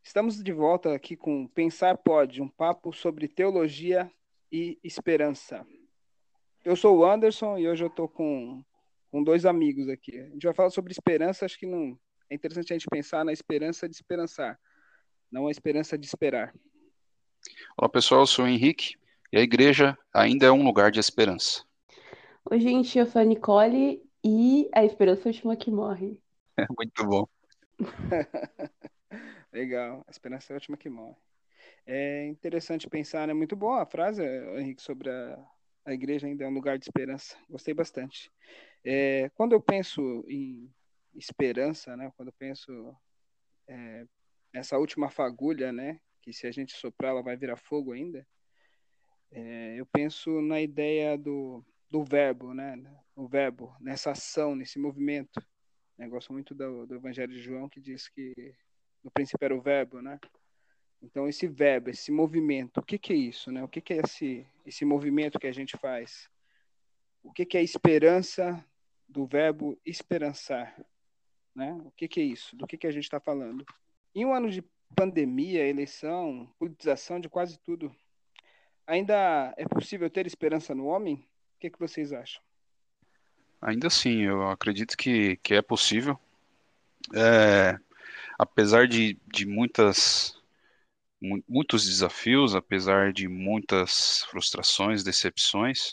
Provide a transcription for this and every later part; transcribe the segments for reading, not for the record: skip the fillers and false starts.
Estamos de volta aqui com Pensar Pode, um papo sobre teologia e esperança. Eu sou o Anderson e hoje eu estou com dois amigos aqui. A gente vai falar sobre esperança, acho que não é interessante a gente pensar na esperança de esperançar, não a esperança de esperar. Olá pessoal, eu sou o Henrique e a igreja ainda é um lugar de esperança. Oi, gente, eu sou a Nicole e a esperança é a última que morre. Muito bom. Legal, a esperança é a última que morre. É interessante pensar, né? Muito boa a frase, Henrique, sobre a igreja ainda é um lugar de esperança. Gostei bastante. Quando eu penso em esperança, né? Quando eu penso nessa última fagulha, né? Que se a gente soprar ela vai virar fogo ainda. Eu penso na ideia do verbo, né? O verbo, nessa ação, nesse movimento. Eu gosto muito do Evangelho de João que diz que no princípio era o verbo, né? Então esse verbo, esse movimento, o que que é isso, né? O que que é esse movimento que a gente faz? O que que é a esperança do verbo esperançar, né? O que que é isso? Do que a gente está falando? Em um ano de pandemia, eleição, politização de quase tudo, ainda é possível ter esperança no homem? O que que vocês acham? Ainda assim, eu acredito que é possível. É, apesar de muitos desafios, apesar de muitas frustrações, decepções,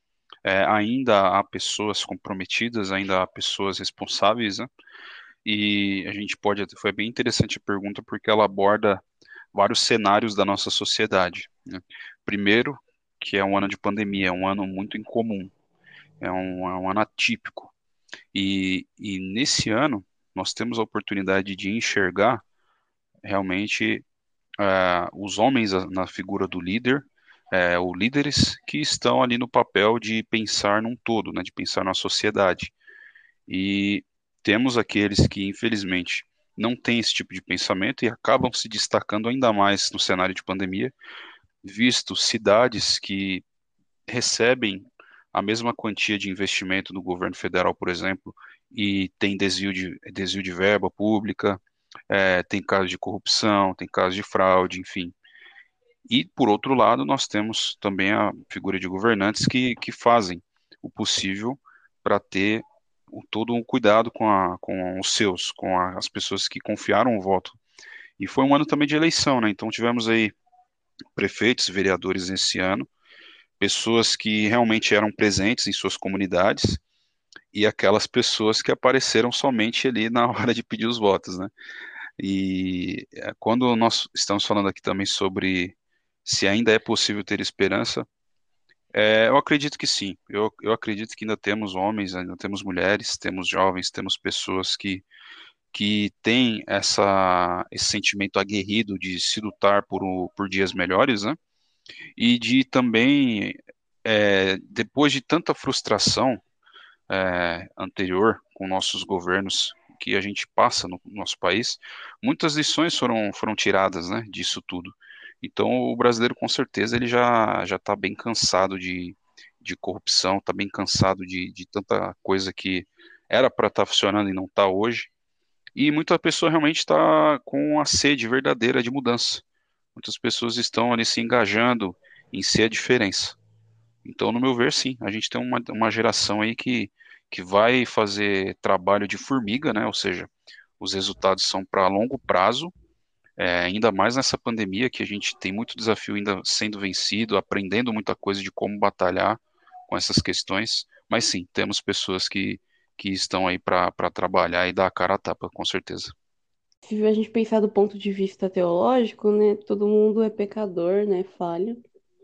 ainda há pessoas comprometidas, ainda há pessoas responsáveis, né? E a gente pode, foi bem interessante a pergunta porque ela aborda vários cenários da nossa sociedade, né? Primeiro, que é um ano de pandemia, é um ano muito incomum, é um ano atípico. E nesse ano, nós temos a oportunidade de enxergar realmente os homens na figura do líder, ou líderes que estão ali no papel de pensar num todo, né, de pensar na sociedade. E temos aqueles que, infelizmente, não têm esse tipo de pensamento e acabam se destacando ainda mais no cenário de pandemia, visto cidades que recebem a mesma quantia de investimento do governo federal, por exemplo, e tem desvio de verba pública, tem casos de corrupção, tem casos de fraude, enfim. E, por outro lado, nós temos também a figura de governantes que fazem o possível para ter todo um cuidado com os seus, as pessoas que confiaram o voto. E foi um ano também de eleição, né? Então tivemos aí prefeitos, vereadores esse ano, pessoas que realmente eram presentes em suas comunidades e aquelas pessoas que apareceram somente ali na hora de pedir os votos, né? E quando nós estamos falando aqui também sobre se ainda é possível ter esperança, eu acredito que sim. Eu acredito que ainda temos homens, ainda temos mulheres, temos jovens, temos pessoas que têm esse sentimento aguerrido de se lutar por dias melhores, né? E de também, depois de tanta frustração anterior com nossos governos que a gente passa no nosso país, muitas lições foram tiradas, né, disso tudo. Então, o brasileiro, com certeza, ele já está bem cansado de corrupção, está bem cansado de tanta coisa que era para estar funcionando e não está hoje. E muita pessoa realmente está com a sede verdadeira de mudança. Muitas pessoas estão ali se engajando em ser a diferença. Então, no meu ver, sim, a gente tem uma geração aí que vai fazer trabalho de formiga, né? Ou seja, os resultados são para longo prazo, ainda mais nessa pandemia que a gente tem muito desafio ainda sendo vencido, aprendendo muita coisa de como batalhar com essas questões. Mas sim, temos pessoas que estão aí para trabalhar e dar a cara a tapa, com certeza. Se a gente pensar do ponto de vista teológico, né, todo mundo é pecador, né, falha.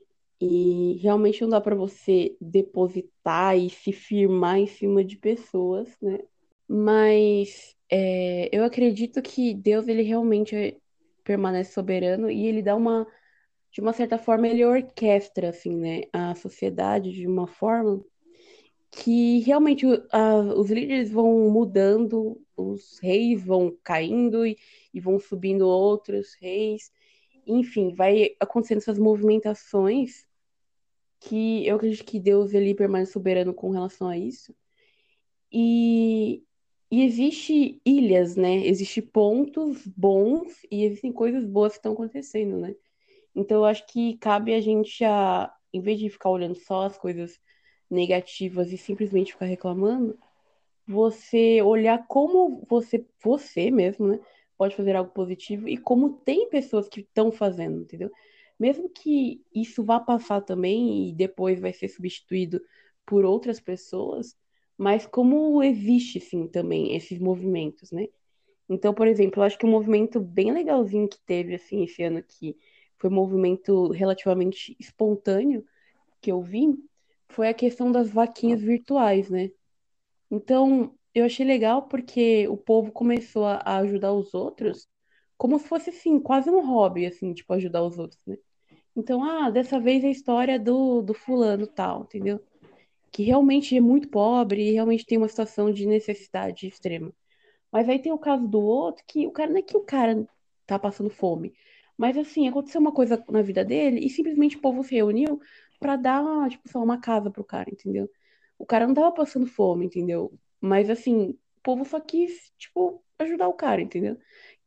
E realmente não dá para você depositar e se firmar em cima de pessoas, né? Mas eu acredito que Deus, ele realmente permanece soberano e ele dá de uma certa forma, ele orquestra, assim, né, a sociedade de uma forma que realmente os líderes vão mudando, os reis vão caindo e vão subindo outros reis. Enfim, vai acontecendo essas movimentações que eu acredito que Deus ele permanece soberano com relação a isso. E E existe ilhas, né? Existem pontos bons e existem coisas boas que estão acontecendo, né? Então eu acho que cabe a gente em vez de ficar olhando só as coisas negativas e simplesmente ficar reclamando, você olhar como você mesmo, né, pode fazer algo positivo e como tem pessoas que estão fazendo, entendeu? Mesmo que isso vá passar também e depois vai ser substituído por outras pessoas, mas como existe, sim, também esses movimentos, né? Então, por exemplo, eu acho que um movimento bem legalzinho que teve, assim, esse ano aqui, foi um movimento relativamente espontâneo que eu vi, foi a questão das vaquinhas virtuais, né? Então, eu achei legal porque o povo começou a ajudar os outros como se fosse, assim, quase um hobby, assim, tipo, ajudar os outros, né? Então, dessa vez é a história do fulano tal, entendeu? Que realmente é muito pobre e realmente tem uma situação de necessidade extrema. Mas aí tem o caso do outro que o cara não é que o cara tá passando fome, mas assim, aconteceu uma coisa na vida dele e simplesmente o povo se reuniu pra dar, tipo, só uma casa pro cara, entendeu? O cara não tava passando fome, entendeu? Mas assim, o povo só quis, tipo, ajudar o cara, entendeu?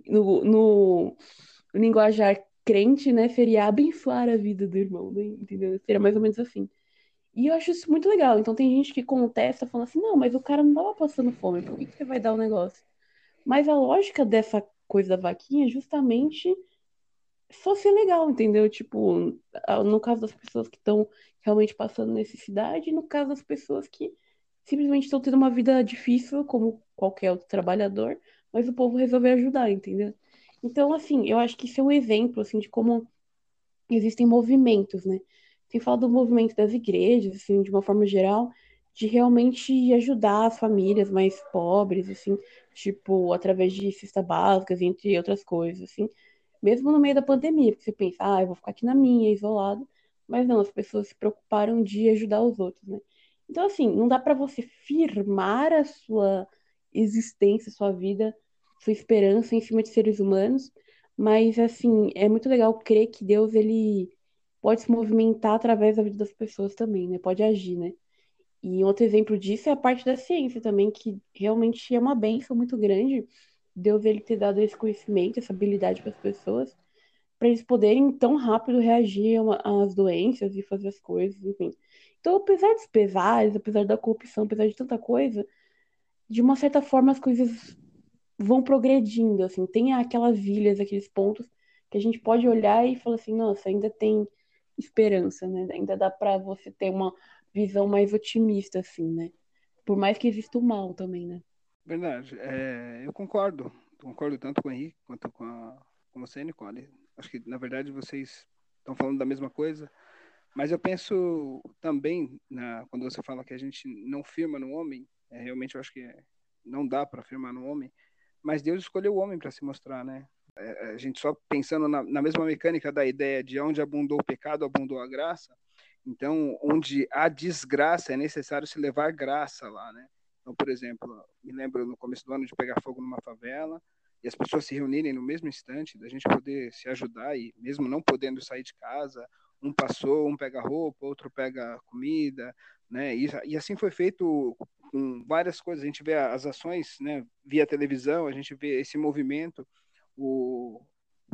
No linguajar crente, né, seria abençoar a vida do irmão, né? Entendeu? Seria mais ou menos assim. E eu acho isso muito legal. Então tem gente que contesta, falando assim, não, mas o cara não tava passando fome, por que que você vai dar o negócio? Mas a lógica dessa coisa da vaquinha é justamente só ser legal, entendeu? Tipo, no caso das pessoas que estão realmente passando necessidade, e no caso das pessoas que simplesmente estão tendo uma vida difícil, como qualquer outro trabalhador, mas o povo resolveu ajudar, entendeu? Então, assim, eu acho que isso é um exemplo, assim, de como existem movimentos, né? Tem falado do movimento das igrejas, assim, de uma forma geral, de realmente ajudar as famílias mais pobres, assim, tipo, através de cestas básicas, entre outras coisas, assim, mesmo no meio da pandemia, porque você pensa, eu vou ficar aqui na minha, isolado, mas não, as pessoas se preocuparam de ajudar os outros, né? Então, assim, não dá para você firmar a sua existência, sua vida, sua esperança em cima de seres humanos, mas, assim, é muito legal crer que Deus, ele pode se movimentar através da vida das pessoas também, né? Pode agir, né? E outro exemplo disso é a parte da ciência também, que realmente é uma bênção muito grande. Deus, ele ter dado esse conhecimento, essa habilidade para as pessoas, para eles poderem tão rápido reagir às doenças e fazer as coisas, enfim. Então, apesar dos pesares, apesar da corrupção, apesar de tanta coisa, de uma certa forma as coisas vão progredindo, assim, tem aquelas ilhas, aqueles pontos que a gente pode olhar e falar assim, nossa, ainda tem esperança, né? Ainda dá para você ter uma visão mais otimista, assim, né? Por mais que exista o mal também, né? Verdade. Eu concordo tanto com o Henrique quanto com você, Nicole. Acho que, na verdade, vocês estão falando da mesma coisa, mas eu penso também, quando você fala que a gente não firma no homem, realmente eu acho que não dá para firmar no homem, mas Deus escolheu o homem para se mostrar, né? A gente só pensando na mesma mecânica da ideia de onde abundou o pecado, abundou a graça. Então, onde há desgraça, é necessário se levar graça lá, né? Então, por exemplo, me lembro no começo do ano de pegar fogo numa favela e as pessoas se reunirem no mesmo instante, da gente poder se ajudar e mesmo não podendo sair de casa, um passou, um pega roupa, outro pega comida, né? E assim foi feito com várias coisas. A gente vê as ações, né? Via televisão, a gente vê esse movimento. O,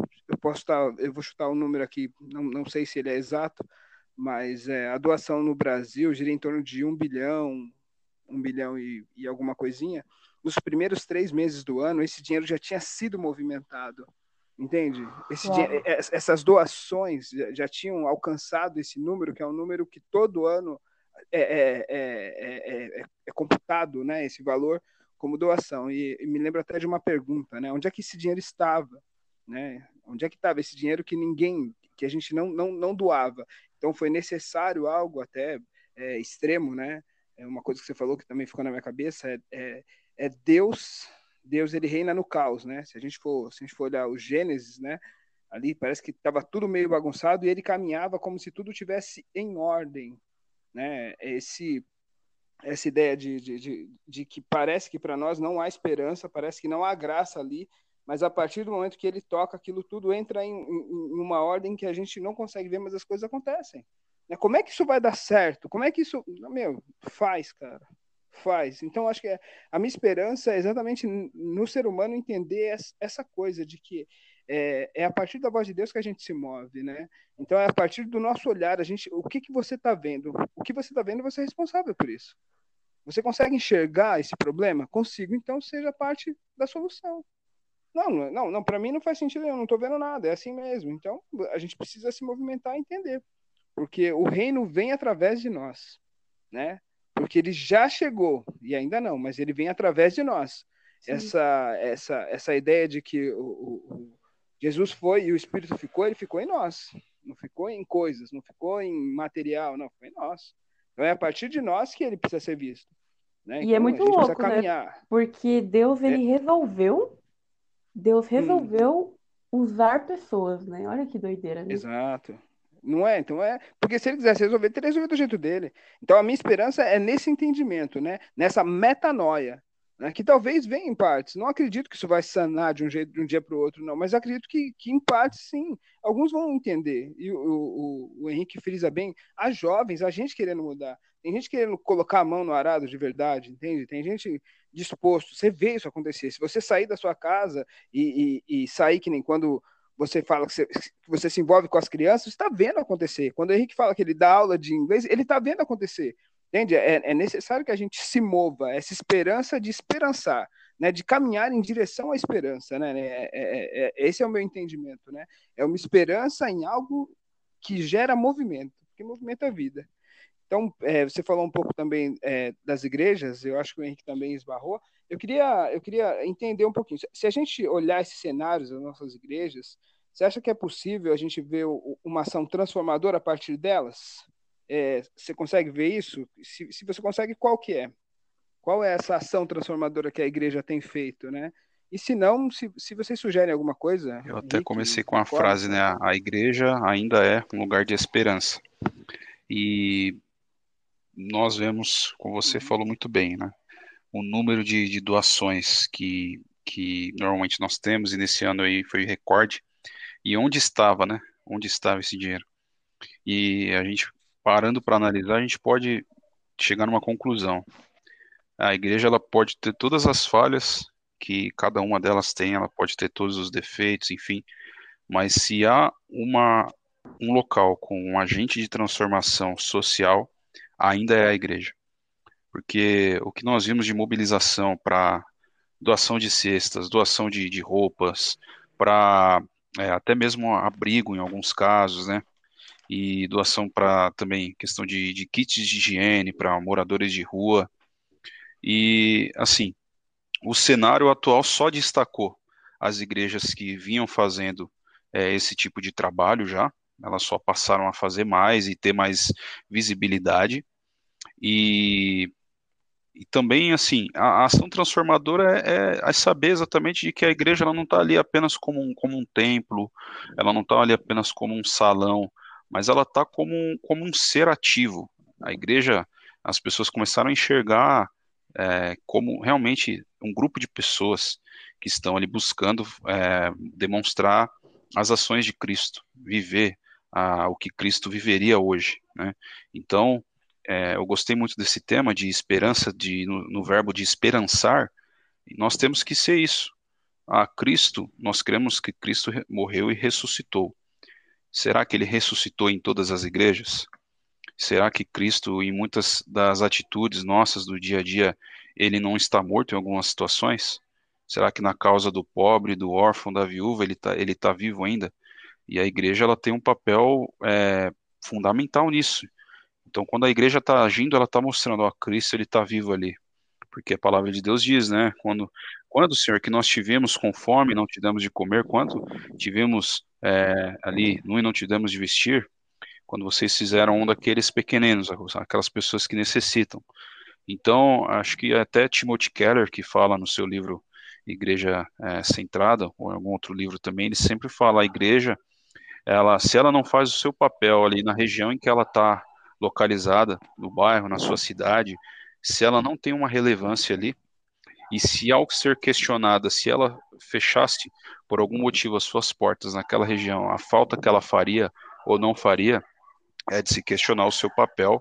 eu vou chutar o número aqui, não sei se ele é exato, mas a doação no Brasil gira em torno de 1 bilhão e alguma coisinha. Nos primeiros 3 meses do ano, esse dinheiro já tinha sido movimentado, entende? Uau. Essas doações já tinham alcançado esse número, que é um número que todo ano é computado, né, esse valor como doação. E me lembro até de uma pergunta, né, onde é que esse dinheiro estava? Né? Onde é que estava esse dinheiro que a gente não doava? Então foi necessário algo até extremo, né? Uma coisa que você falou que também ficou na minha cabeça é Deus ele reina no caos, né? Se a gente for olhar o Gênesis, né? Ali parece que estava tudo meio bagunçado e ele caminhava como se tudo tivesse em ordem, né? Essa ideia de que parece que para nós não há esperança, parece que não há graça ali, mas a partir do momento que ele toca, aquilo tudo entra em uma ordem que a gente não consegue ver, mas as coisas acontecem. Né? Como é que isso vai dar certo? Como é que isso. Meu, faz, cara. faz. Então, acho que a minha esperança é exatamente no ser humano entender essa coisa de que é a partir da voz de Deus que a gente se move, né? Então, é a partir do nosso olhar, o que você está vendo? O que você está vendo, você é responsável por isso. Você consegue enxergar esse problema? Consigo, então seja parte da solução. Não, para mim não faz sentido, eu não estou vendo nada, é assim mesmo. Então, a gente precisa se movimentar e entender, porque o reino vem através de nós, né? Porque ele já chegou, e ainda não, mas ele vem através de nós. Sim. Essa ideia de que Jesus foi e o Espírito ficou, ele ficou em nós. Não ficou em coisas, não ficou em material, não, ficou em nós. Então é a partir de nós que ele precisa ser visto, né? E é Então a muito gente precisa louco, né? caminhar. Porque É, Deus hum, resolveu usar pessoas, né? Olha que doideira, né? exato. Não é? Então é. Porque se ele quisesse resolver, ele teria resolvido do jeito dele. Então a minha esperança é nesse entendimento, né? Nessa metanoia, né? Que talvez venha em partes. Não acredito que isso vai sanar de um jeito de um dia para o outro, não. Mas acredito que em partes sim. Alguns vão entender. E o Henrique frisa bem: há jovens, a gente querendo mudar. Tem gente querendo colocar a mão no arado de verdade, entende? Tem gente disposto. Você vê isso acontecer. Se você sair da sua casa e sair que nem quando você fala que você se envolve com as crianças, está vendo acontecer. Quando o Henrique fala que ele dá aula de inglês, ele está vendo acontecer. Entende? É necessário que a gente se mova, essa esperança de esperançar, né? De caminhar em direção à esperança. Né? Esse é o meu entendimento. Né? É uma esperança em algo que gera movimento, porque movimento é vida. Então, você falou um pouco também das igrejas, eu acho que o Henrique também esbarrou. Eu queria entender um pouquinho. Se a gente olhar esses cenários das nossas igrejas, você acha que é possível a gente ver uma ação transformadora a partir delas? Você consegue ver isso? Se você consegue, qual que é? Qual é essa ação transformadora que a igreja tem feito, né? E se não, se vocês sugerem alguma coisa, Eu até Henrique, comecei com a concorda? frase, né? A igreja ainda é um lugar de esperança. E nós vemos, como você Uhum. falou muito bem, né? O número de doações que normalmente nós temos, e nesse ano aí foi recorde. E onde estava, né? Onde estava esse dinheiro? E a gente, parando para analisar, a gente pode chegar numa conclusão. A igreja ela pode ter todas as falhas que cada uma delas tem, ela pode ter todos os defeitos, enfim, mas se há um local com um agente de transformação social, ainda é a igreja. Porque o que nós vimos de mobilização para doação de cestas, doação de roupas, para até mesmo abrigo em alguns casos, né? E doação para também questão de kits de higiene para moradores de rua. E assim, o cenário atual só destacou as igrejas que vinham fazendo esse tipo de trabalho já. Elas só passaram a fazer mais e ter mais visibilidade. E e também, assim, a ação transformadora é saber exatamente de que a igreja ela não está ali apenas como um templo, ela não está ali apenas como um salão, mas ela está como um ser ativo. A igreja, as pessoas começaram a enxergar como realmente um grupo de pessoas que estão ali buscando demonstrar as ações de Cristo, viver o que Cristo viveria hoje, né? Então, eu gostei muito desse tema de esperança, no verbo de esperançar, e nós temos que ser isso. A Cristo, nós cremos que Cristo morreu e ressuscitou. Será que ele ressuscitou em todas as igrejas? Será que Cristo, em muitas das atitudes nossas do dia a dia, ele não está morto em algumas situações? Será que na causa do pobre, do órfão, da viúva, ele tá vivo ainda? E a igreja ela tem um papel fundamental nisso. Então, quando a igreja está agindo, ela está mostrando, ó, Cristo ele está vivo ali, porque a palavra de Deus diz, né? Quando Senhor, que nós tivemos com fome, não te damos de comer, quando tivemos ali nu e não te damos de vestir, quando vocês fizeram um daqueles pequeninos, aquelas pessoas que necessitam. Então, acho que até Timothy Keller, que fala no seu livro Igreja Centrada, ou em algum outro livro também, ele sempre fala, a igreja se ela não faz o seu papel ali na região em que ela está localizada, no bairro, na sua cidade, se ela não tem uma relevância ali, e se ao ser questionada, se ela fechasse por algum motivo as suas portas naquela região, a falta que ela faria ou não faria é de se questionar o seu papel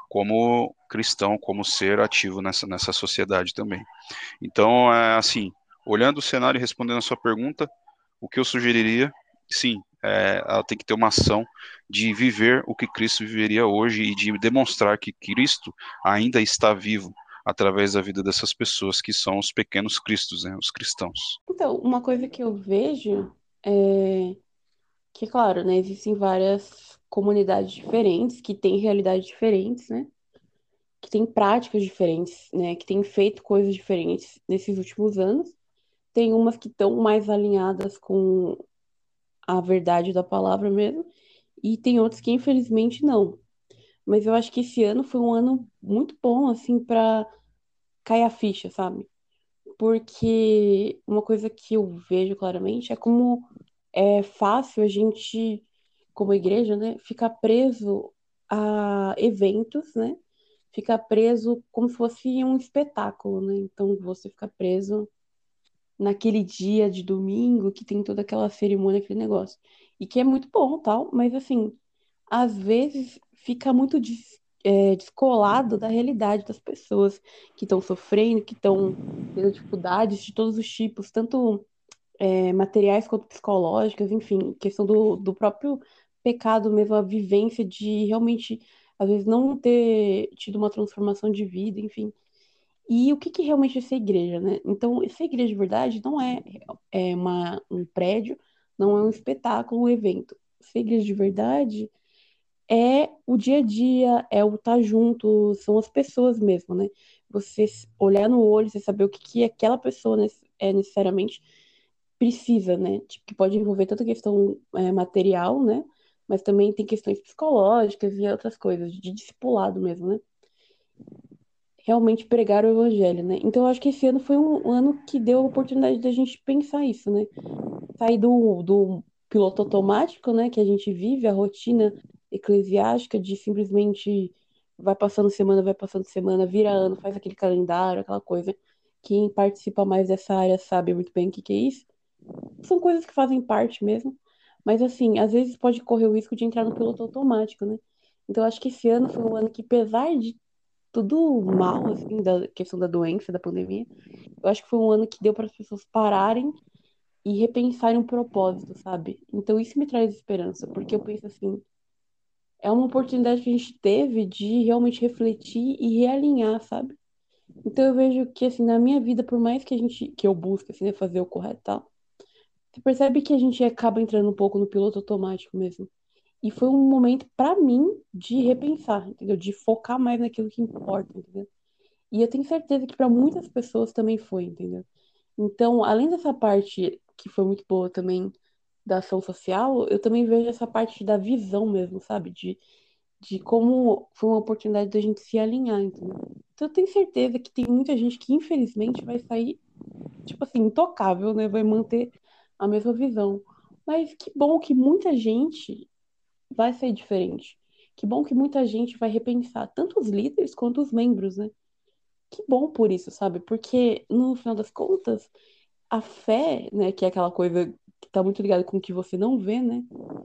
como cristão, como ser ativo nessa sociedade também. Então, assim, olhando o cenário e respondendo a sua pergunta, o que eu sugeriria, sim, ela tem que ter uma ação de viver o que Cristo viveria hoje e de demonstrar que Cristo ainda está vivo através da vida dessas pessoas que são os pequenos cristos, né, os cristãos. Então, uma coisa que eu vejo é que, claro, né, existem várias comunidades diferentes que têm realidades diferentes, né? Que têm práticas diferentes, né? Que têm feito coisas diferentes nesses últimos anos. Tem umas que estão mais alinhadas com a verdade da palavra mesmo, e tem outras que infelizmente não. Mas eu acho que esse ano foi um ano muito bom, assim, para cair a ficha, sabe? Porque uma coisa que eu vejo claramente é como é fácil a gente, como igreja, né, ficar preso a eventos, né? Ficar preso como se fosse um espetáculo, né? Então você fica preso naquele dia de domingo que tem toda aquela cerimônia, aquele negócio. E que é muito bom, tal, mas assim, às vezes fica muito descolado da realidade das pessoas que estão sofrendo, que estão tendo dificuldades de todos os tipos, tanto materiais quanto psicológicas, enfim, questão do próprio pecado mesmo, a vivência de realmente, às vezes, não ter tido uma transformação de vida, enfim. E o que que realmente é ser igreja, né? Então, ser igreja de verdade não é um prédio, não é um espetáculo, um evento. Ser igreja de verdade é o dia a dia, é o estar junto, são as pessoas mesmo, né? Você olhar no olho, você saber o que que aquela pessoa necessariamente precisa, né? Tipo, que pode envolver tanta questão material, né? Mas também tem questões psicológicas e outras coisas, de discipulado mesmo, né? Realmente pregar o evangelho, né? Então eu acho que esse ano foi um ano que deu a oportunidade da gente pensar isso, né? Sair do piloto automático, né, que a gente vive, a rotina eclesiástica de simplesmente vai passando semana, vira ano, faz aquele calendário, aquela coisa. Quem participa mais dessa área sabe muito bem o que que é isso. São coisas que fazem parte mesmo, mas assim, às vezes pode correr o risco de entrar no piloto automático, né? Então eu acho que esse ano foi um ano que, apesar de tudo mal, assim, da questão da doença, da pandemia, eu acho que foi um ano que deu para as pessoas pararem e repensarem um propósito, sabe? Então isso me traz esperança, porque eu penso assim, é uma oportunidade que a gente teve de realmente refletir e realinhar, sabe? Então eu vejo que assim, na minha vida, por mais que eu busque assim, né, fazer o correto e tal, você percebe que a gente acaba entrando um pouco no piloto automático mesmo. E foi um momento pra mim de repensar, entendeu? De focar mais naquilo que importa, entendeu? E eu tenho certeza que pra muitas pessoas também foi, entendeu? Então, além dessa parte que foi muito boa também da ação social, eu também vejo essa parte da visão mesmo, sabe? De como foi uma oportunidade da gente se alinhar, entendeu? Então, eu tenho certeza que tem muita gente que, infelizmente, vai sair, tipo assim, intocável, né? Vai manter a mesma visão. Mas que bom que muita gente vai sair diferente. Que bom que muita gente vai repensar, tanto os líderes quanto os membros, né? Que bom por isso, sabe? Porque, no final das contas, a fé, né, que é aquela coisa que tá muito ligada com o que você não vê, né,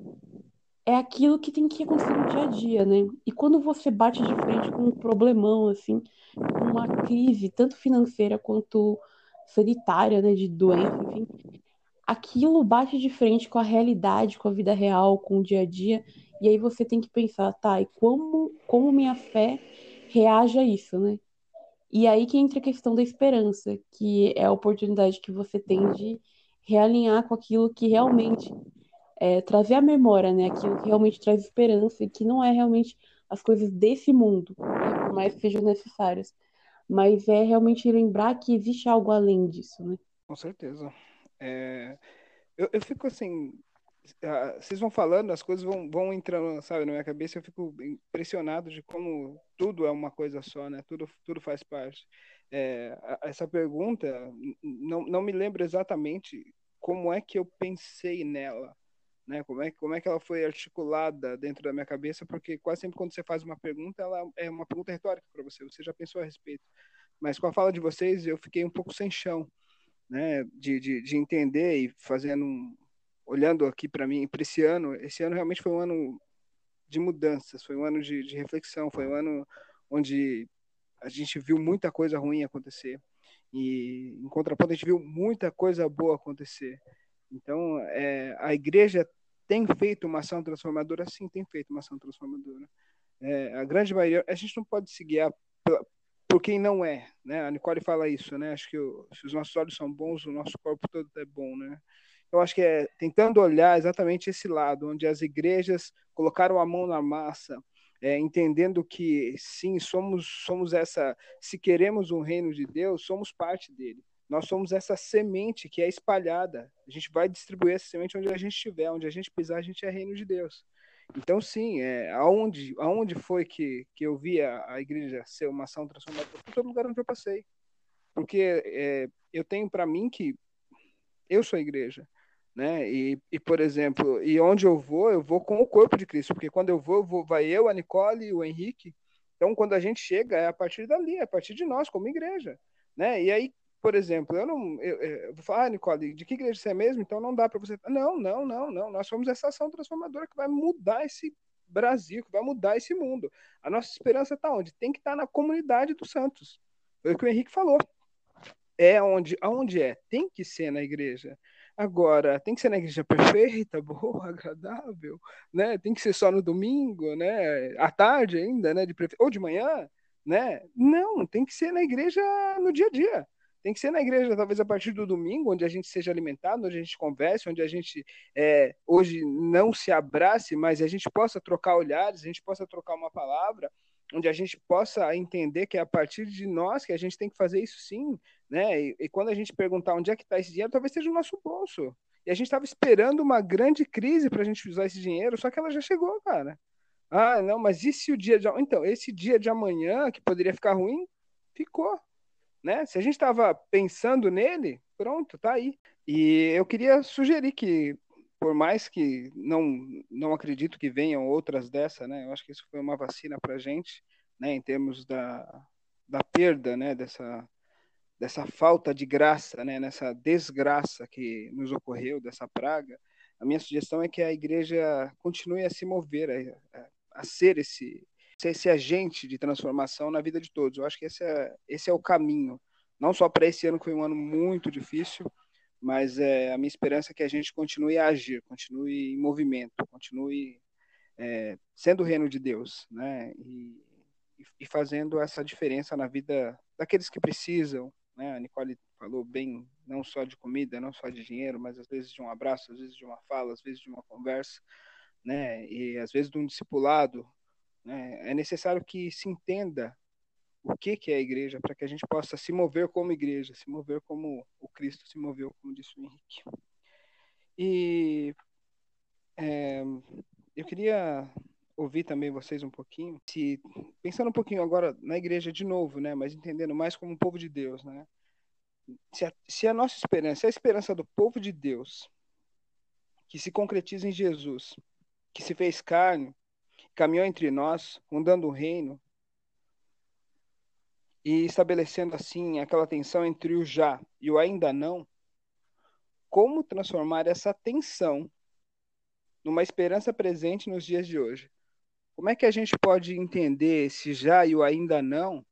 é aquilo que tem que acontecer no dia a dia, né? E quando você bate de frente com um problemão, assim, com uma crise, tanto financeira quanto sanitária, né, de doença, enfim, aquilo bate de frente com a realidade, com a vida real, com o dia a dia, e aí você tem que pensar, tá, e como minha fé reage a isso, né? E aí que entra a questão da esperança, que é a oportunidade que você tem de realinhar com aquilo que realmente trazer à memória, né? Aquilo que realmente traz esperança e que não é realmente as coisas desse mundo, né? Por mais que sejam necessárias, mas é realmente lembrar que existe algo além disso, né? Com certeza. É, eu fico assim, vocês vão falando, as coisas vão entrando, sabe, na minha cabeça, eu fico impressionado de como tudo é uma coisa só, né? Tudo faz parte. Essa pergunta, não me lembro exatamente como é que eu pensei nela, né? Como é que ela foi articulada dentro da minha cabeça, porque quase sempre quando você faz uma pergunta, ela é uma pergunta retórica para você, você já pensou a respeito. Mas com a fala de vocês, eu fiquei um pouco sem chão, né, de entender e olhando aqui para mim, para esse ano realmente foi um ano de mudanças, foi um ano de reflexão, foi um ano onde a gente viu muita coisa ruim acontecer. E, em contraponto, a gente viu muita coisa boa acontecer. Então, a igreja tem feito uma ação transformadora? Sim, tem feito uma ação transformadora. A grande maioria, a gente não pode se guiar por quem não é, né? A Nicole fala isso, né? Acho que se os nossos olhos são bons, o nosso corpo todo é bom, né? Eu acho que é tentando olhar exatamente esse lado, onde as igrejas colocaram a mão na massa, entendendo que sim, somos essa, se queremos um reino de Deus, somos parte dele. Nós somos essa semente que é espalhada. A gente vai distribuir essa semente onde a gente estiver, onde a gente pisar, a gente é reino de Deus. Então, sim, aonde foi que eu vi a igreja ser uma ação transformadora? Por todo lugar onde eu passei. Porque eu tenho para mim que eu sou a igreja, né? Por exemplo, e onde eu vou com o corpo de Cristo, porque quando vai eu, a Nicole e o Henrique. Então, quando a gente chega, é a partir dali, é a partir de nós, como igreja, né? E aí, por exemplo, eu vou falar, Nicole, de que igreja você é mesmo? Então não dá para você. Não, não, não, não. Nós somos essa ação transformadora que vai mudar esse Brasil, que vai mudar esse mundo. A nossa esperança está onde? Tem que estar na comunidade dos santos. Foi o que o Henrique falou. Aonde é? Tem que ser na igreja. Agora, tem que ser na igreja perfeita, boa, agradável, né? Tem que ser só no domingo, né? À tarde ainda, né? Ou de manhã, né? Não, tem que ser na igreja no dia a dia. Tem que ser na igreja, talvez a partir do domingo, onde a gente seja alimentado, onde a gente converse, onde a gente hoje não se abrace, mas a gente possa trocar olhares, a gente possa trocar uma palavra, onde a gente possa entender que é a partir de nós que a gente tem que fazer isso sim, né? E quando a gente perguntar onde é que está esse dinheiro, talvez seja no nosso bolso. E a gente estava esperando uma grande crise para a gente usar esse dinheiro, só que ela já chegou, cara. Ah, não, mas e se o dia de... Então, esse dia de amanhã, que poderia ficar ruim, ficou, né? Se a gente estava pensando nele, pronto, tá aí. E eu queria sugerir que, por mais que não acredito que venham outras dessa, né? Eu acho que isso foi uma vacina para a gente, né? Em termos da perda, né? Dessa falta de graça, né, nessa desgraça que nos ocorreu, dessa praga, a minha sugestão é que a igreja continue a se mover, a ser esse agente de transformação na vida de todos. Eu acho que esse é o caminho, não só para esse ano, que foi um ano muito difícil, mas a minha esperança é que a gente continue a agir, continue em movimento, continue sendo o reino de Deus, né? E fazendo essa diferença na vida daqueles que precisam, né? A Nicole falou bem, não só de comida, não só de dinheiro, mas às vezes de um abraço, às vezes de uma fala, às vezes de uma conversa, né? E às vezes de um discipulado, né? É necessário que se entenda o que é a igreja para que a gente possa se mover como igreja, se mover como o Cristo se moveu, como disse o Henrique. E eu queria ouvir também vocês um pouquinho, se pensando um pouquinho agora na igreja de novo, né, mas entendendo mais como um povo de Deus, né? Se a nossa esperança, se a esperança do povo de Deus, que se concretiza em Jesus, que se fez carne, caminhou entre nós, fundando o reino e estabelecendo assim aquela tensão entre o já e o ainda não, como transformar essa tensão numa esperança presente nos dias de hoje? Como é que a gente pode entender esse já e o ainda não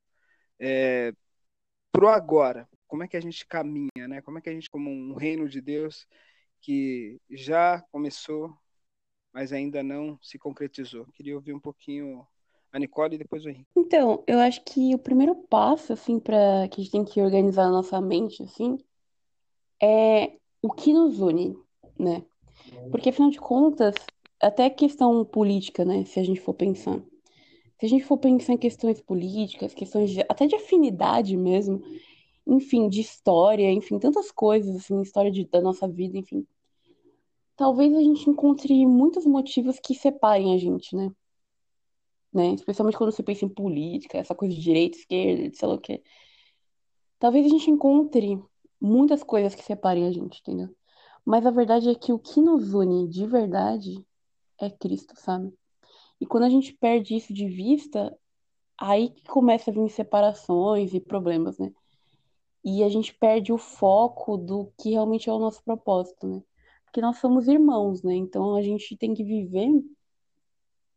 pro agora? Como é que a gente caminha, né? Como é que a gente, como um reino de Deus que já começou, mas ainda não se concretizou? Queria ouvir um pouquinho a Nicole e depois o Henrique. Então, eu acho que o primeiro passo, assim, para que a gente tem que organizar a nossa mente, assim, é o que nos une, né? Porque, afinal de contas, até questão política, né? Se a gente for pensar. Se a gente for pensar em questões políticas, até de afinidade mesmo, enfim, de história, enfim, tantas coisas, assim, história da nossa vida, enfim. Talvez a gente encontre muitos motivos que separem a gente, né? Especialmente quando você pensa em política, essa coisa de direita, esquerda, sei lá o quê. Talvez a gente encontre muitas coisas que separem a gente, entendeu? Mas a verdade é que o que nos une de verdade é Cristo, sabe? E quando a gente perde isso de vista, aí que começa a vir separações e problemas, né? E a gente perde o foco do que realmente é o nosso propósito, né? Porque nós somos irmãos, né? Então a gente tem que viver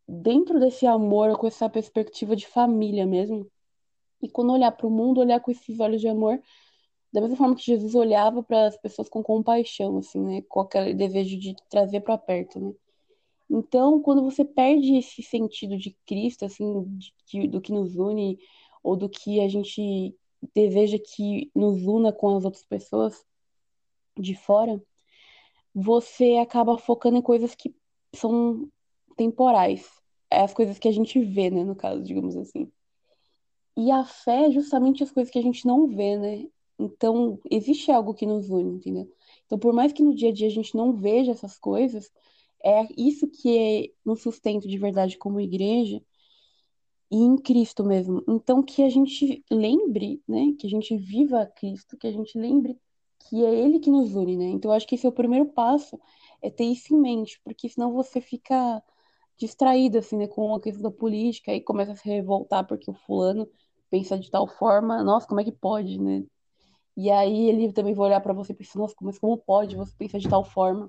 dentro desse amor, com essa perspectiva de família mesmo. E quando olhar para o mundo, olhar com esses olhos de amor, da mesma forma que Jesus olhava para as pessoas com compaixão, assim, né? Com aquele desejo de trazer para perto, né? Então, quando você perde esse sentido de Cristo, assim, do que nos une, ou do que a gente deseja que nos una com as outras pessoas de fora, você acaba focando em coisas que são temporais. É as coisas que a gente vê, né, no caso, digamos assim. E a fé é justamente as coisas que a gente não vê, né? Então, existe algo que nos une, entendeu? Então, por mais que no dia a dia a gente não veja essas coisas, é isso que nos sustenta de verdade como igreja e em Cristo mesmo. Então, que a gente lembre, né? Que a gente viva Cristo, que a gente lembre que é Ele que nos une, né? Então, eu acho que esse é o primeiro passo, é ter isso em mente, porque senão você fica distraído, assim, né, com a questão da política e começa a se revoltar porque o fulano pensa de tal forma, nossa, como é que pode, né? E aí ele também vai olhar pra você e pensar, nossa, mas como pode você pensar de tal forma?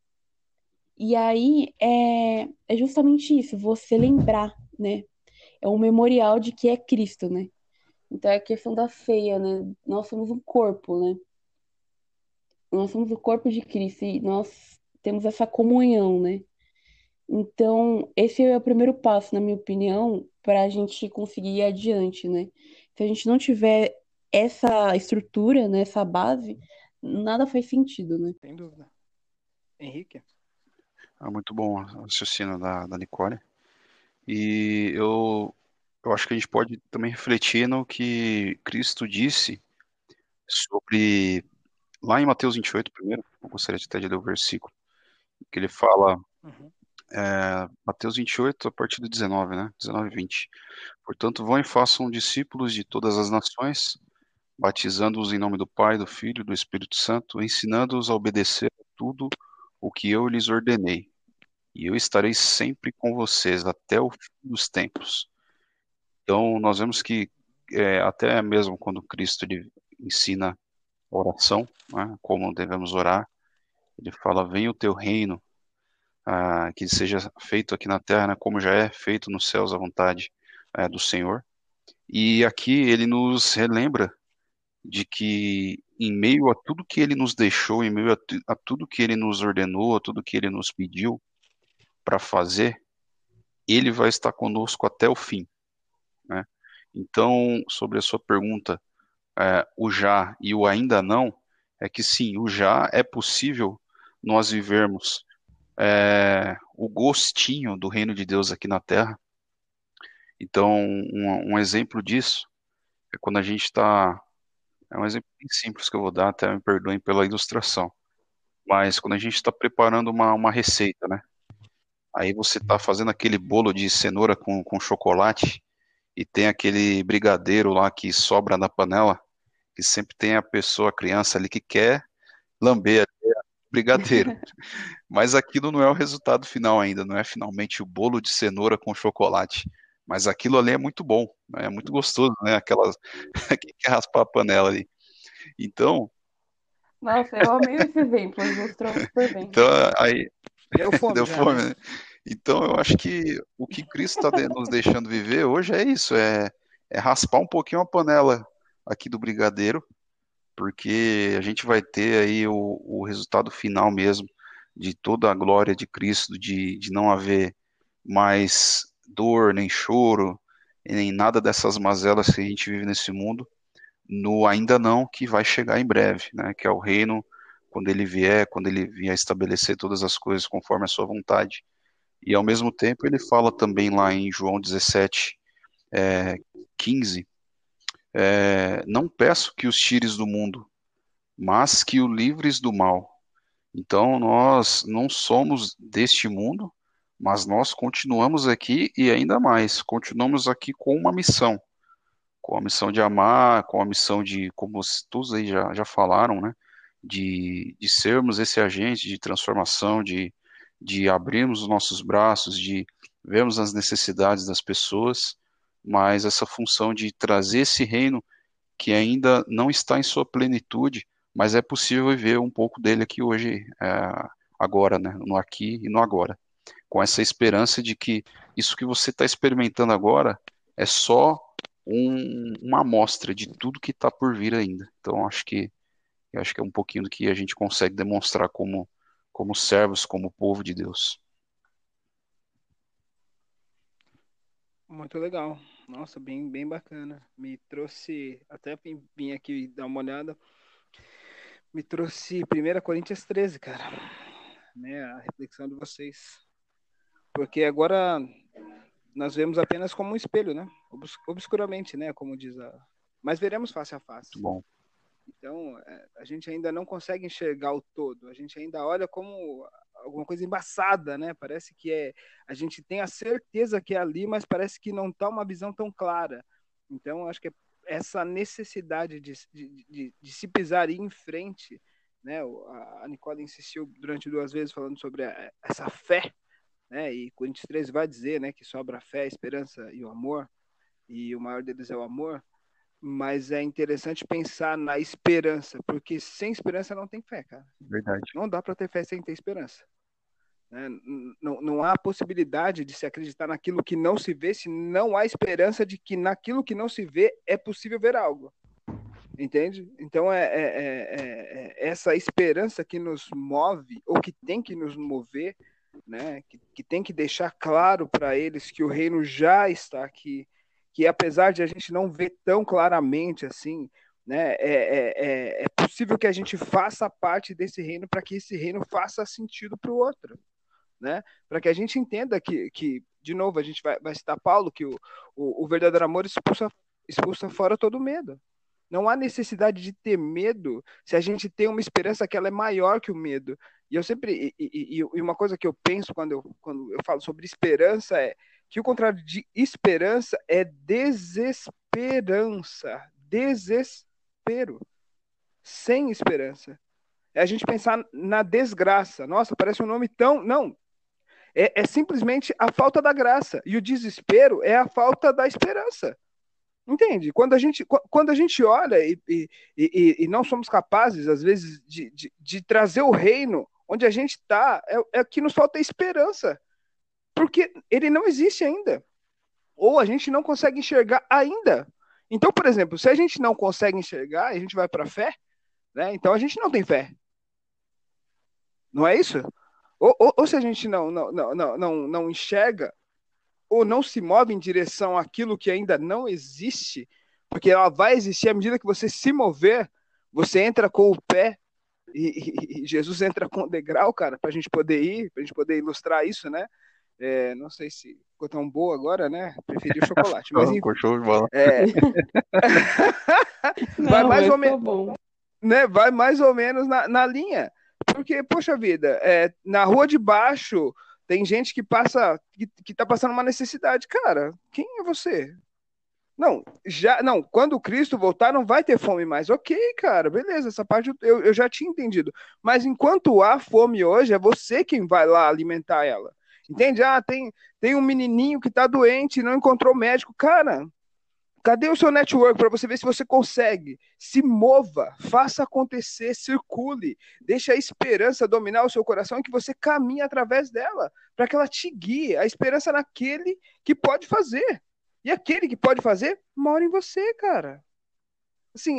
E aí é justamente isso, você lembrar, né? É um memorial de que é Cristo, né? Então é a questão da ceia, né? Nós somos um corpo, né? Nós somos o corpo de Cristo e nós temos essa comunhão, né? Então, esse é o primeiro passo, na minha opinião, para a gente conseguir ir adiante, né? Se a gente não tiver essa estrutura, né, essa base, nada faz sentido, né? Sem dúvida. Henrique? Muito bom o raciocínio da Nicole. E eu acho que a gente pode também refletir no que Cristo disse sobre, lá em Mateus 28, primeiro, eu gostaria de até de ler o versículo, que ele fala, Uhum. Mateus 28, a partir do 19, né? 19 e 20. Portanto, vão e façam discípulos de todas as nações, batizando-os em nome do Pai, do Filho e do Espírito Santo, ensinando-os a obedecer a tudo o que eu lhes ordenei. E eu estarei sempre com vocês até o fim dos tempos. Então, nós vemos que até mesmo quando Cristo ele ensina oração, né, como devemos orar, ele fala: venha o teu reino, que seja feito aqui na terra, né, como já é feito nos céus à vontade do Senhor. E aqui ele nos relembra de que em meio a tudo que ele nos deixou, em meio a tudo que ele nos ordenou, a tudo que ele nos pediu para fazer, ele vai estar conosco até o fim, né? Então, sobre a sua pergunta, o já e o ainda não, é que sim, o já é possível nós vivermos o gostinho do reino de Deus aqui na Terra. Então, um exemplo disso é quando a gente está. É um exemplo bem simples que eu vou dar, até me perdoem pela ilustração. Mas quando a gente está preparando uma receita, né? Aí você está fazendo aquele bolo de cenoura com chocolate e tem aquele brigadeiro lá que sobra na panela, que sempre tem a pessoa, a criança ali que quer lamber o brigadeiro. Mas aquilo não é o resultado final ainda, não é finalmente o bolo de cenoura com chocolate. Mas aquilo ali é muito bom, né? É muito gostoso, né? Aquelas que quer raspar a panela ali. Então, Nossa, eu amei esse exemplo, ilustrou super bem. então aí Deu fome deu já, fome, né? né? Então eu acho que o que Cristo está nos deixando viver hoje é isso, é raspar um pouquinho a panela aqui do brigadeiro, porque a gente vai ter aí o resultado final mesmo de toda a glória de Cristo, de não haver mais dor, nem choro, nem nada dessas mazelas que a gente vive nesse mundo, no ainda não que vai chegar em breve, né? Que é o reino quando ele vier estabelecer todas as coisas conforme a sua vontade. E ao mesmo tempo ele fala também lá em João 17, 15, não peço que os tires do mundo, mas que o livres do mal. Então nós não somos deste mundo, mas nós continuamos aqui e ainda mais, continuamos aqui com a missão de amar, com a missão de, como todos aí já falaram, né, de sermos esse agente de transformação, de abrirmos os nossos braços, de vermos as necessidades das pessoas, mas essa função de trazer esse reino que ainda não está em sua plenitude, mas é possível viver um pouco dele aqui hoje, agora, né, no aqui e no agora. com essa esperança de que isso que você está experimentando agora é só uma amostra de tudo que está por vir ainda. Então, eu acho que é um pouquinho do que a gente consegue demonstrar como servos, como povo de Deus. Muito legal. Nossa, bem bacana. Me trouxe, até vim aqui dar uma olhada, me trouxe 1 Coríntios 13, cara, né, a reflexão de vocês. Porque agora nós vemos apenas como um espelho, né? Obscuramente, né? Como diz a. Mas veremos face a face. Muito bom. Então, a gente ainda não consegue enxergar o todo. A gente ainda olha como alguma coisa embaçada, né? Parece que a gente tem a certeza que é ali, mas parece que não está uma visão tão clara. Então, acho que essa necessidade de se pisar em frente, né? A Nicole insistiu durante 2 vezes falando sobre essa fé, né? E Coríntios 13 vai dizer, né, que sobra a fé, a esperança e o amor, e o maior deles é o amor. Mas é interessante pensar na esperança, porque sem esperança não tem fé, cara. Verdade. Não dá para ter fé sem ter esperança, né? Não há possibilidade de se acreditar naquilo que não se vê se não há esperança de que naquilo que não se vê é possível ver algo. Entende? Então essa esperança que nos move, ou que tem que nos mover, né? Que tem que deixar claro para eles que o reino já está aqui, que apesar de a gente não ver tão claramente assim, né, é possível que a gente faça parte desse reino para que esse reino faça sentido para o outro, né? Para que a gente entenda que, de novo, a gente vai citar Paulo, que o verdadeiro amor expulsa fora todo medo. Não há necessidade de ter medo se a gente tem uma esperança que ela é maior que o medo. E eu sempre e uma coisa que eu penso quando eu falo sobre esperança é que o contrário de esperança é desesperança, desespero, sem esperança. É a gente pensar na desgraça. Nossa, parece um nome tão... Não, é simplesmente a falta da graça. E o desespero é a falta da esperança. Entende? Quando a gente olha e não somos capazes, às vezes, de trazer o reino onde a gente está, é que nos falta esperança. Porque ele não existe ainda. Ou a gente não consegue enxergar ainda. Então, por exemplo, se a gente não consegue enxergar, a gente vai para a fé, né? Então a gente não tem fé. Não é isso? Ou se a gente não enxerga, ou não se move em direção àquilo que ainda não existe, porque ela vai existir à medida que você se mover, você entra com o pé e Jesus entra com o degrau, cara, para a gente poder ir, para a gente poder ilustrar isso, né? Não sei se ficou tão boa agora, né? Preferi o chocolate, mas enfim. Show de bola. Vai Não, mais mas ou ficou menos, bom. né? Vai mais ou menos na linha, porque poxa vida, na rua de baixo tem gente que passa, que tá passando uma necessidade, cara. Quem é você? Não, quando Cristo voltar não vai ter fome mais. Ok, cara, beleza, essa parte eu já tinha entendido. Mas enquanto há fome hoje, é você quem vai lá alimentar ela. Entende? Tem um menininho que tá doente e não encontrou médico. Cara, cadê o seu network para você ver se você consegue? Se mova, faça acontecer, circule, deixe a esperança dominar o seu coração e que você caminhe através dela, para que ela te guie. A esperança naquele que pode fazer. E aquele que pode fazer, mora em você, cara. Assim,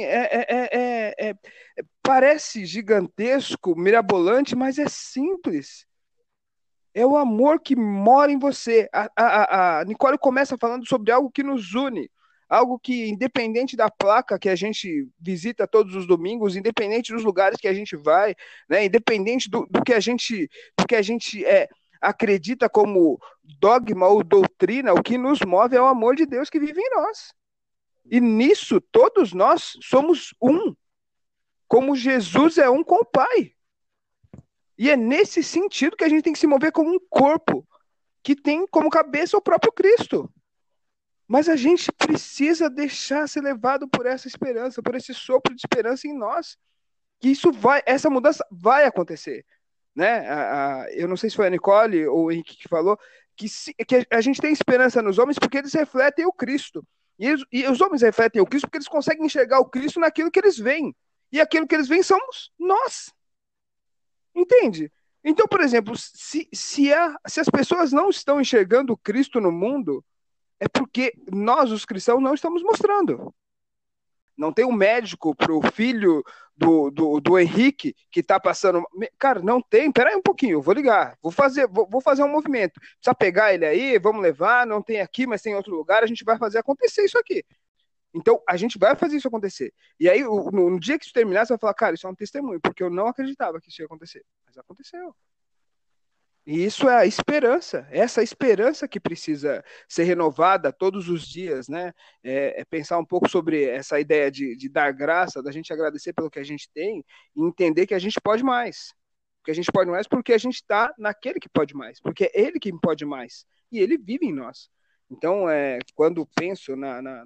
parece gigantesco, mirabolante, mas é simples. É o amor que mora em você. A Nicole começa falando sobre algo que nos une. Algo que, independente da placa que a gente visita todos os domingos, independente dos lugares que a gente vai, né, independente do que a gente acredita como dogma ou doutrina, o que nos move é o amor de Deus que vive em nós. E nisso, todos nós somos um, como Jesus é um com o Pai. E é nesse sentido que a gente tem que se mover como um corpo, que tem como cabeça o próprio Cristo. Mas a gente precisa deixar ser levado por essa esperança, por esse sopro de esperança em nós. Que essa mudança vai acontecer. Né? Eu não sei se foi a Nicole ou o Henrique que falou, que a gente tem esperança nos homens porque eles refletem o Cristo. E os homens refletem o Cristo porque eles conseguem enxergar o Cristo naquilo que eles veem. E aquilo que eles veem somos nós. Entende? Então, por exemplo, se as pessoas não estão enxergando Cristo no mundo, é porque nós, os cristãos, não estamos mostrando. Não tem um médico para o filho do Henrique que está passando. Cara, não tem. Peraí um pouquinho, vou ligar. Vou fazer um movimento. Precisa pegar ele aí, vamos levar. Não tem aqui, mas tem em outro lugar. A gente vai fazer acontecer isso aqui. Então, a gente vai fazer isso acontecer. E aí, no dia que isso terminar, você vai falar, cara, isso é um testemunho, porque eu não acreditava que isso ia acontecer. Mas aconteceu. E isso é a esperança, essa esperança que precisa ser renovada todos os dias, né? É pensar um pouco sobre essa ideia de dar graça, da gente agradecer pelo que a gente tem e entender que a gente pode mais. Que a gente pode mais porque a gente está naquele que pode mais, porque é ele que pode mais e ele vive em nós. Então, quando penso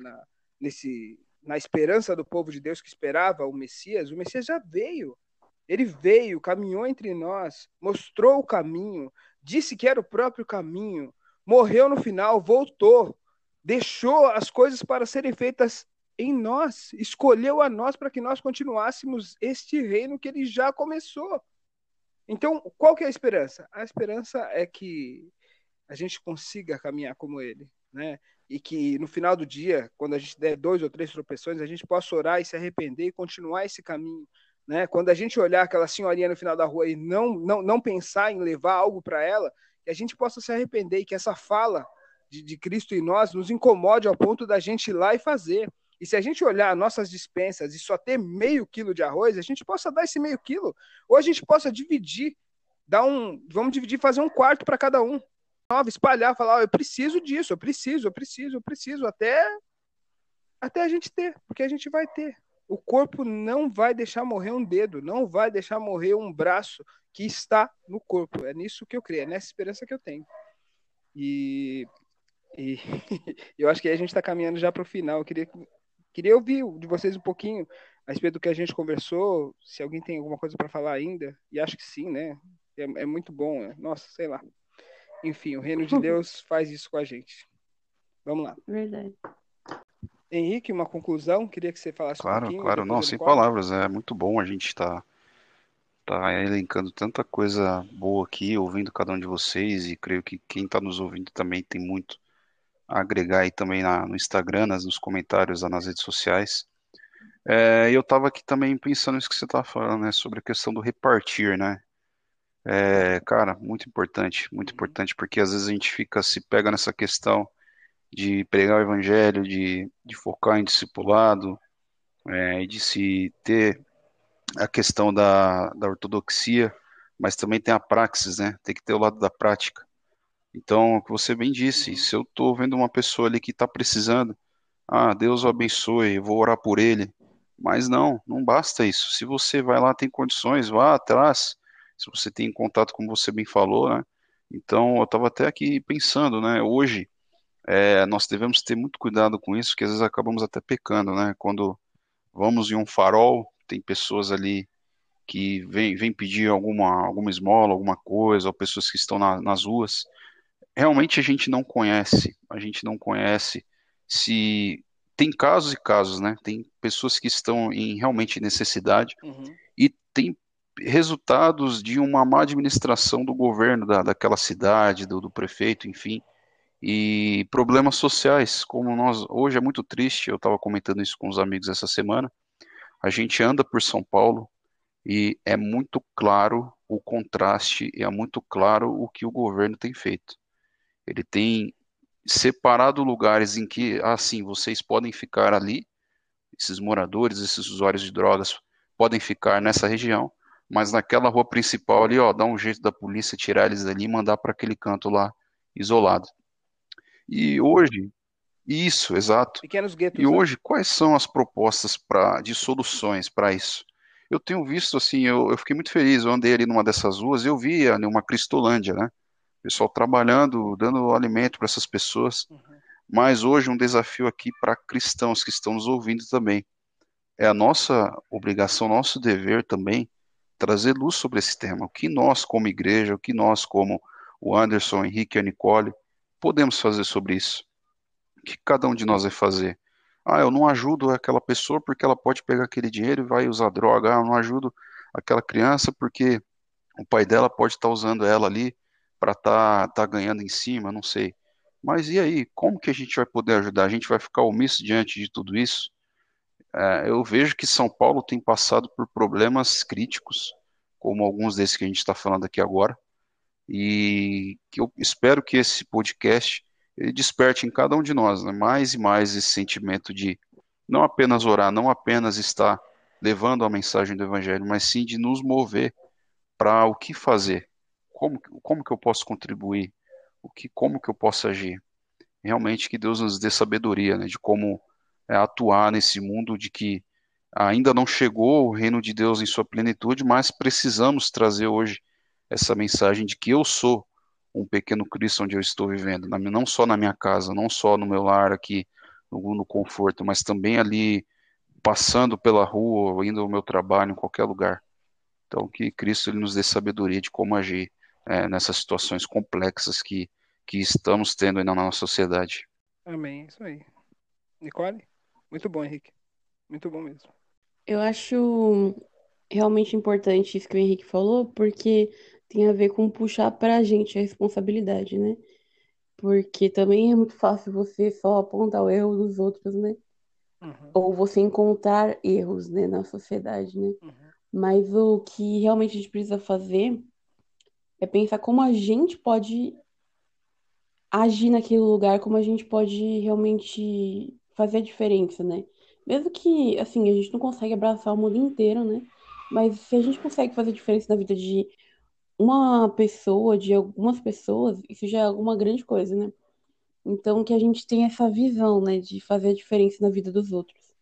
na esperança do povo de Deus que esperava o Messias já veio. Ele veio, caminhou entre nós, mostrou o caminho, disse que era o próprio caminho, morreu no final, voltou, deixou as coisas para serem feitas em nós, escolheu a nós para que nós continuássemos este reino que ele já começou. Então, qual que é a esperança? A esperança é que a gente consiga caminhar como ele, né? E que no final do dia, quando a gente der 2 ou 3 tropeções, a gente possa orar e se arrepender e continuar esse caminho, né? Quando a gente olhar aquela senhorinha no final da rua e não pensar em levar algo para ela, que a gente possa se arrepender e que essa fala de Cristo em nós nos incomode ao ponto da gente ir lá e fazer. E se a gente olhar nossas dispensas e só ter meio quilo de arroz, a gente possa dar esse meio quilo, ou a gente possa dividir, vamos dividir, fazer um quarto para cada um, espalhar, falar, oh, eu preciso disso, eu preciso, até a gente ter, porque a gente vai ter. O corpo não vai deixar morrer um dedo, não vai deixar morrer um braço que está no corpo. É nisso que eu creio, é nessa esperança que eu tenho. E eu acho que a gente está caminhando já para o final. Eu queria ouvir de vocês um pouquinho a respeito do que a gente conversou, se alguém tem alguma coisa para falar ainda, e acho que sim, né? É muito bom, né? Nossa, sei lá. Enfim, o reino de Deus faz isso com a gente. Vamos lá. Verdade. Henrique, uma conclusão? Queria que você falasse um pouquinho. Claro, não, sem palavras, é muito bom a gente tá elencando tanta coisa boa aqui, ouvindo cada um de vocês, e creio que quem está nos ouvindo também tem muito a agregar aí também no Instagram, nos comentários, nas redes sociais. Eu estava aqui também pensando nisso que você estava falando, né, sobre a questão do repartir, né? Cara, muito importante, porque às vezes a gente se pega nessa questão de pregar o evangelho, de focar em discipulado, e de se ter a questão da ortodoxia, mas também tem a praxis, né? Tem que ter o lado da prática. Então, o que você bem disse, se eu estou vendo uma pessoa ali que está precisando, Deus o abençoe, eu vou orar por ele. Mas não basta isso. Se você vai lá, tem condições, vá atrás. Se você tem contato, como você bem falou, né? Então, eu estava até aqui pensando, né? Hoje, nós devemos ter muito cuidado com isso, que às vezes acabamos até pecando, né? Quando vamos em um farol, tem pessoas ali que vêm pedir alguma esmola, alguma coisa, ou pessoas que estão nas ruas. Realmente a gente não conhece se tem casos e casos, né? Tem pessoas que estão em realmente necessidade e tem resultados de uma má administração do governo daquela cidade, do prefeito, enfim, e problemas sociais, como nós, hoje é muito triste, eu estava comentando isso com os amigos essa semana, a gente anda por São Paulo e é muito claro o contraste e é muito claro o que o governo tem feito. Ele tem separado lugares em que, assim, vocês podem ficar ali, esses moradores, esses usuários de drogas podem ficar nessa região, mas naquela rua principal ali, ó, dá um jeito da polícia tirar eles dali e mandar para aquele canto lá isolado. E hoje, isso, exato. Pequenos guetos, E hoje, quais são as propostas de soluções para isso? Eu tenho visto, assim, eu fiquei muito feliz, eu andei ali numa dessas ruas e eu vi ali uma Cristolândia, né? Pessoal trabalhando, dando alimento para essas pessoas. Mas hoje um desafio aqui para cristãos que estão nos ouvindo também. É a nossa obrigação, nosso dever também, trazer luz sobre esse tema. O que nós, como igreja, o que nós, como o Anderson, o Henrique e a Nicole, podemos fazer sobre isso? O que cada um de nós vai fazer? Eu não ajudo aquela pessoa porque ela pode pegar aquele dinheiro e vai usar droga. Eu não ajudo aquela criança porque O pai dela pode estar usando ela ali para tá ganhando em cima, não sei. Mas e aí, como que a gente vai poder ajudar? A gente vai ficar omisso diante de tudo isso? Eu vejo que São Paulo tem passado por problemas críticos, como alguns desses que a gente está falando aqui agora, e que eu espero que esse podcast ele desperte em cada um de nós, né, mais e mais esse sentimento de não apenas orar, não apenas estar levando a mensagem do Evangelho, mas sim de nos mover para o que fazer, como que eu posso contribuir, como que eu posso agir. Realmente que Deus nos dê sabedoria, né, de como atuar nesse mundo de que ainda não chegou o reino de Deus em sua plenitude, mas precisamos trazer hoje essa mensagem de que eu sou um pequeno Cristo onde eu estou vivendo, não só na minha casa, não só no meu lar aqui, no conforto, mas também ali passando pela rua, indo ao meu trabalho, em qualquer lugar. Então, que Cristo ele nos dê sabedoria de como agir nessas situações complexas que estamos tendo ainda na nossa sociedade. Amém, isso aí. Nicole? Muito bom, Henrique. Muito bom mesmo. Eu acho realmente importante isso que o Henrique falou, porque tem a ver com puxar pra gente a responsabilidade, né? Porque também é muito fácil você só apontar o erro dos outros, né? Uhum, Ou você encontrar erros, né, na sociedade, né? uhum, Mas o que realmente a gente precisa fazer é pensar como a gente pode agir naquele lugar, como a gente pode realmente fazer a diferença, né? Mesmo que, assim, a gente não consegue abraçar o mundo inteiro, né? Mas se a gente consegue fazer diferença na vida de uma pessoa, de algumas pessoas, isso já é alguma grande coisa, né? Então, que a gente tenha essa visão, né, de fazer a diferença na vida dos outros.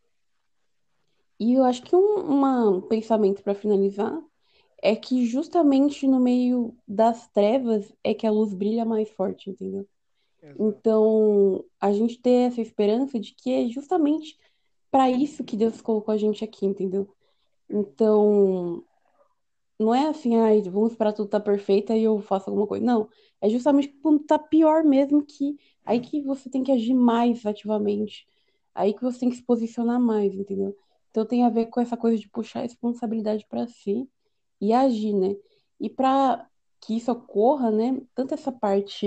E eu acho que um pensamento para finalizar é que justamente no meio das trevas é que a luz brilha mais forte, entendeu? exato. Então, a gente ter essa esperança de que é justamente para isso que Deus colocou a gente aqui, entendeu? Exato. Então, não é assim, ai, vamos esperar tudo tá perfeito e eu faço alguma coisa. Não, é justamente quando tá pior mesmo que aí que você tem que agir mais ativamente. Aí que você tem que se posicionar mais, entendeu? Então tem a ver com essa coisa de puxar a responsabilidade para si e agir, né? E para que isso ocorra, né, tanto essa parte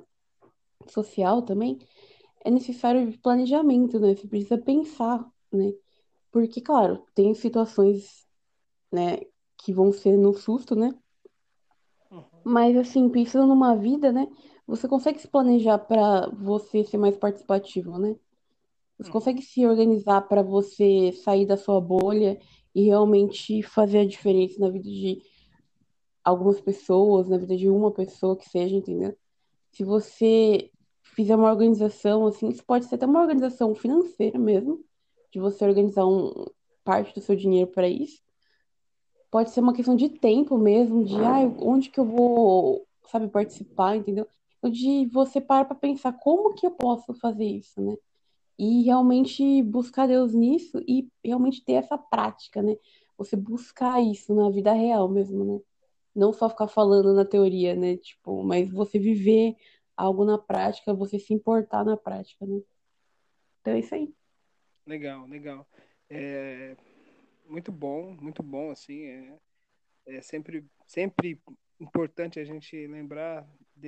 social também, é necessário planejamento, né? Você precisa pensar, né? Porque, claro, tem situações, né, que vão ser no susto, né? Uhum, Mas, assim, pensando numa vida, né? Você consegue se planejar para você ser mais participativo, né? Você uhum, consegue se organizar para você sair da sua bolha e realmente fazer a diferença na vida de algumas pessoas, na vida de uma pessoa que seja, entendeu? Se você fizer uma organização, assim, isso pode ser até uma organização financeira mesmo, de você organizar parte do seu dinheiro para isso. Pode ser uma questão de tempo mesmo, de onde que eu vou, sabe, participar, entendeu? Então, de você parar para pensar como que eu posso fazer isso, né? E realmente buscar Deus nisso e realmente ter essa prática, né? Você buscar isso na vida real mesmo, né? Não só ficar falando na teoria, né? Tipo, mas você viver algo na prática, você se importar na prática, né? Então é isso aí. legal, legal. É, muito bom, assim. É sempre importante a gente lembrar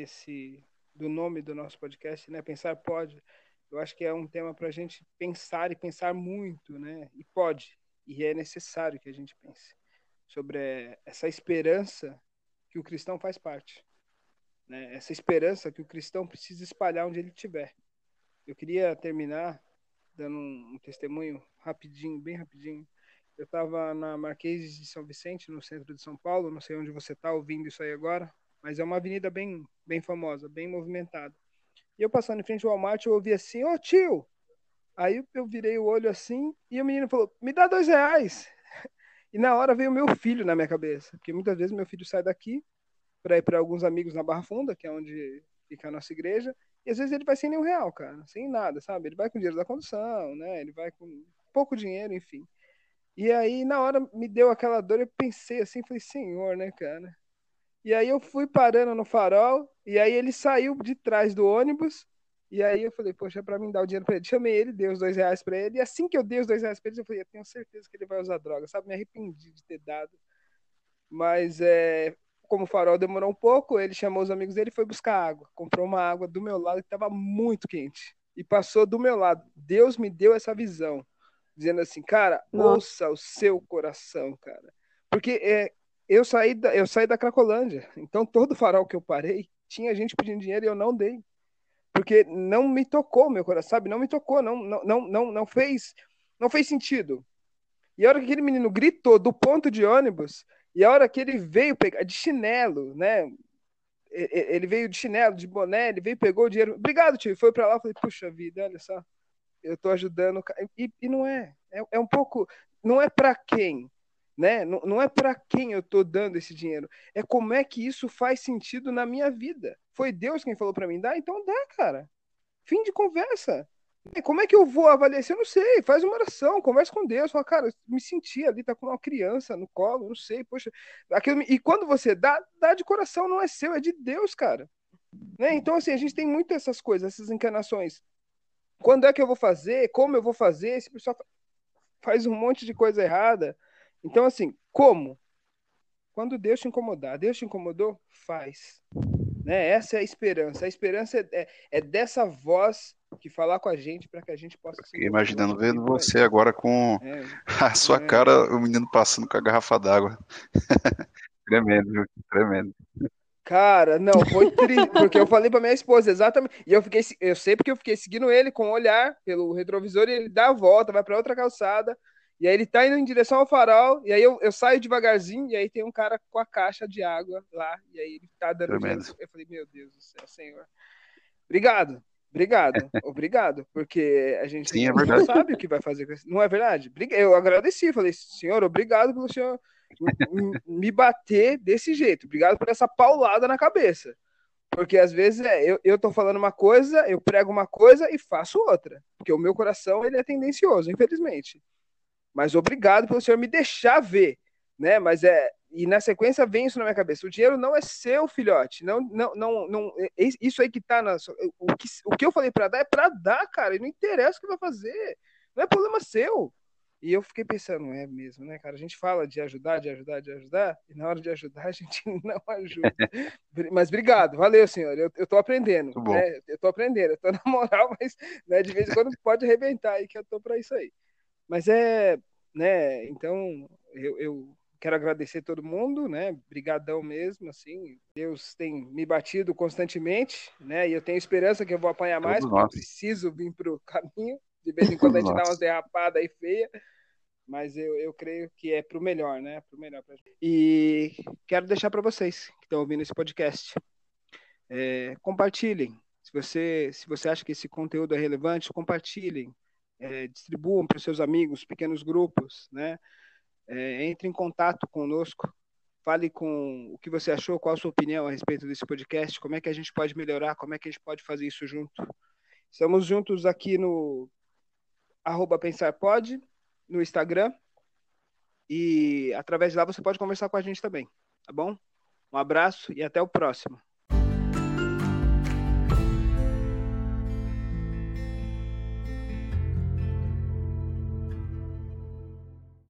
do nome do nosso podcast, né? Pensar pode. Eu acho que é um tema para a gente pensar e pensar muito, né? E pode, e é necessário que a gente pense sobre essa esperança que o cristão faz parte, né? Essa esperança que o cristão precisa espalhar onde ele estiver. Eu queria terminar dando um testemunho rapidinho, bem rapidinho. Eu estava na Marquês de São Vicente, no centro de São Paulo. Não sei onde você está ouvindo isso aí agora, mas é uma avenida bem famosa, bem movimentada. E eu passando em frente ao Walmart, eu ouvi assim: Ô tio! Aí eu virei o olho assim e o menino falou: Me dá R$ 2. E na hora veio o meu filho na minha cabeça, porque muitas vezes meu filho sai daqui para ir para alguns amigos na Barra Funda, que é onde fica a nossa igreja, e às vezes ele vai sem R$ 1, cara, sem nada, sabe? Ele vai com dinheiro da condução, né? Ele vai com pouco dinheiro, enfim. E aí, na hora, me deu aquela dor, eu pensei assim, falei, senhor, né, cara? E aí eu fui parando no farol, e aí ele saiu de trás do ônibus, e aí eu falei, poxa, é pra mim dar o dinheiro pra ele. Chamei ele, dei os R$ 2 pra ele, e assim que eu dei os R$ 2 pra ele, eu falei, eu tenho certeza que ele vai usar droga, sabe? Me arrependi de ter dado. Mas como o farol demorou um pouco, ele chamou os amigos dele e foi buscar água. Comprou uma água do meu lado que estava muito quente. E passou do meu lado. Deus me deu essa visão, dizendo assim, cara, Nossa, ouça o seu coração, cara. Porque eu saí da Cracolândia. Então todo farol que eu parei, tinha gente pedindo dinheiro e eu não dei. Porque não me tocou meu coração, sabe? Não me tocou, não fez sentido. E a hora que aquele menino gritou do ponto de ônibus, e a hora que ele veio pegar de chinelo, né? Ele veio de chinelo, de boné, ele veio, pegou o dinheiro. Obrigado, tio. Foi pra lá, eu falei, puxa vida, olha só, eu tô ajudando. E não é um pouco, não é para quem, né? Não é para quem eu tô dando esse dinheiro. É como é que isso faz sentido na minha vida. Foi Deus quem falou para mim, dá, então dá, cara. Fim de conversa. Como é que eu vou avaliar isso? Eu não sei. Faz uma oração, conversa com Deus. Fala, cara, eu me senti ali, tá com uma criança no colo, não sei, poxa. E quando você dá, dá de coração, não é seu, é de Deus, cara. Né? Então, assim, a gente tem muito essas coisas, essas encarnações. Quando é que eu vou fazer? Como eu vou fazer? Esse pessoal faz um monte de coisa errada. Então, assim, como? Quando Deus te incomodar. Deus te incomodou? Faz. Né? Essa é a esperança. A esperança é dessa voz que falar com a gente para que a gente possa se Fiquei mover. imaginando E vendo por aí. você agora com É, a sua é. cara, o menino passando com a garrafa d'água. Tremendo, viu? Tremendo. Cara, não, foi triste, porque eu falei pra minha esposa exatamente, e eu sei porque eu fiquei seguindo ele com o olhar pelo retrovisor e ele dá a volta, vai pra outra calçada, e aí ele tá indo em direção ao farol, e aí eu saio devagarzinho, e aí tem um cara com a caixa de água lá, e aí ele tá dando dinheiro. Tremendo. Eu falei, meu Deus do céu, Senhor. Obrigado, obrigado, porque a gente Sim, é não verdade. sabe o que vai fazer com isso. Não é verdade? Eu agradeci, falei, senhor, obrigado pelo senhor me bater desse jeito. Obrigado por essa paulada na cabeça. Porque às vezes eu tô falando uma coisa, eu prego uma coisa e faço outra. Porque o meu coração ele é tendencioso, infelizmente. Mas obrigado pelo senhor me deixar ver, né? Mas e na sequência vem isso na minha cabeça. O dinheiro não é seu, filhote. Isso aí que tá o que eu falei para dar é para dar, cara. E não interessa o que vai fazer. Não é problema seu. E eu fiquei pensando, é mesmo, né, cara? A gente fala de ajudar, e na hora de ajudar a gente não ajuda. Mas obrigado, valeu, senhor. Eu tô aprendendo, Muito bom. né? Eu tô aprendendo, eu tô na moral, mas né, de vez em quando pode arrebentar aí que eu tô para isso aí. Mas né? Então eu quero agradecer todo mundo, né? Brigadão mesmo, assim. Deus tem me batido constantemente, né? E eu tenho esperança que eu vou apanhar mais, Todos porque eu nós. preciso vir pro caminho. De vez em quando a Todos gente dá umas nós. derrapadas aí feias, mas eu creio que é pro melhor, né? Pro melhor pra gente. E quero deixar para vocês que estão ouvindo esse podcast, compartilhem. Se você acha que esse conteúdo é relevante, compartilhem, distribuam para os seus amigos, pequenos grupos, né? Entre em contato conosco, fale com o que você achou, qual a sua opinião a respeito desse podcast, como é que a gente pode melhorar, como é que a gente pode fazer isso junto. Estamos juntos aqui no @pensarpod, no Instagram, e através de lá você pode conversar com a gente também, tá bom? Um abraço e até o próximo.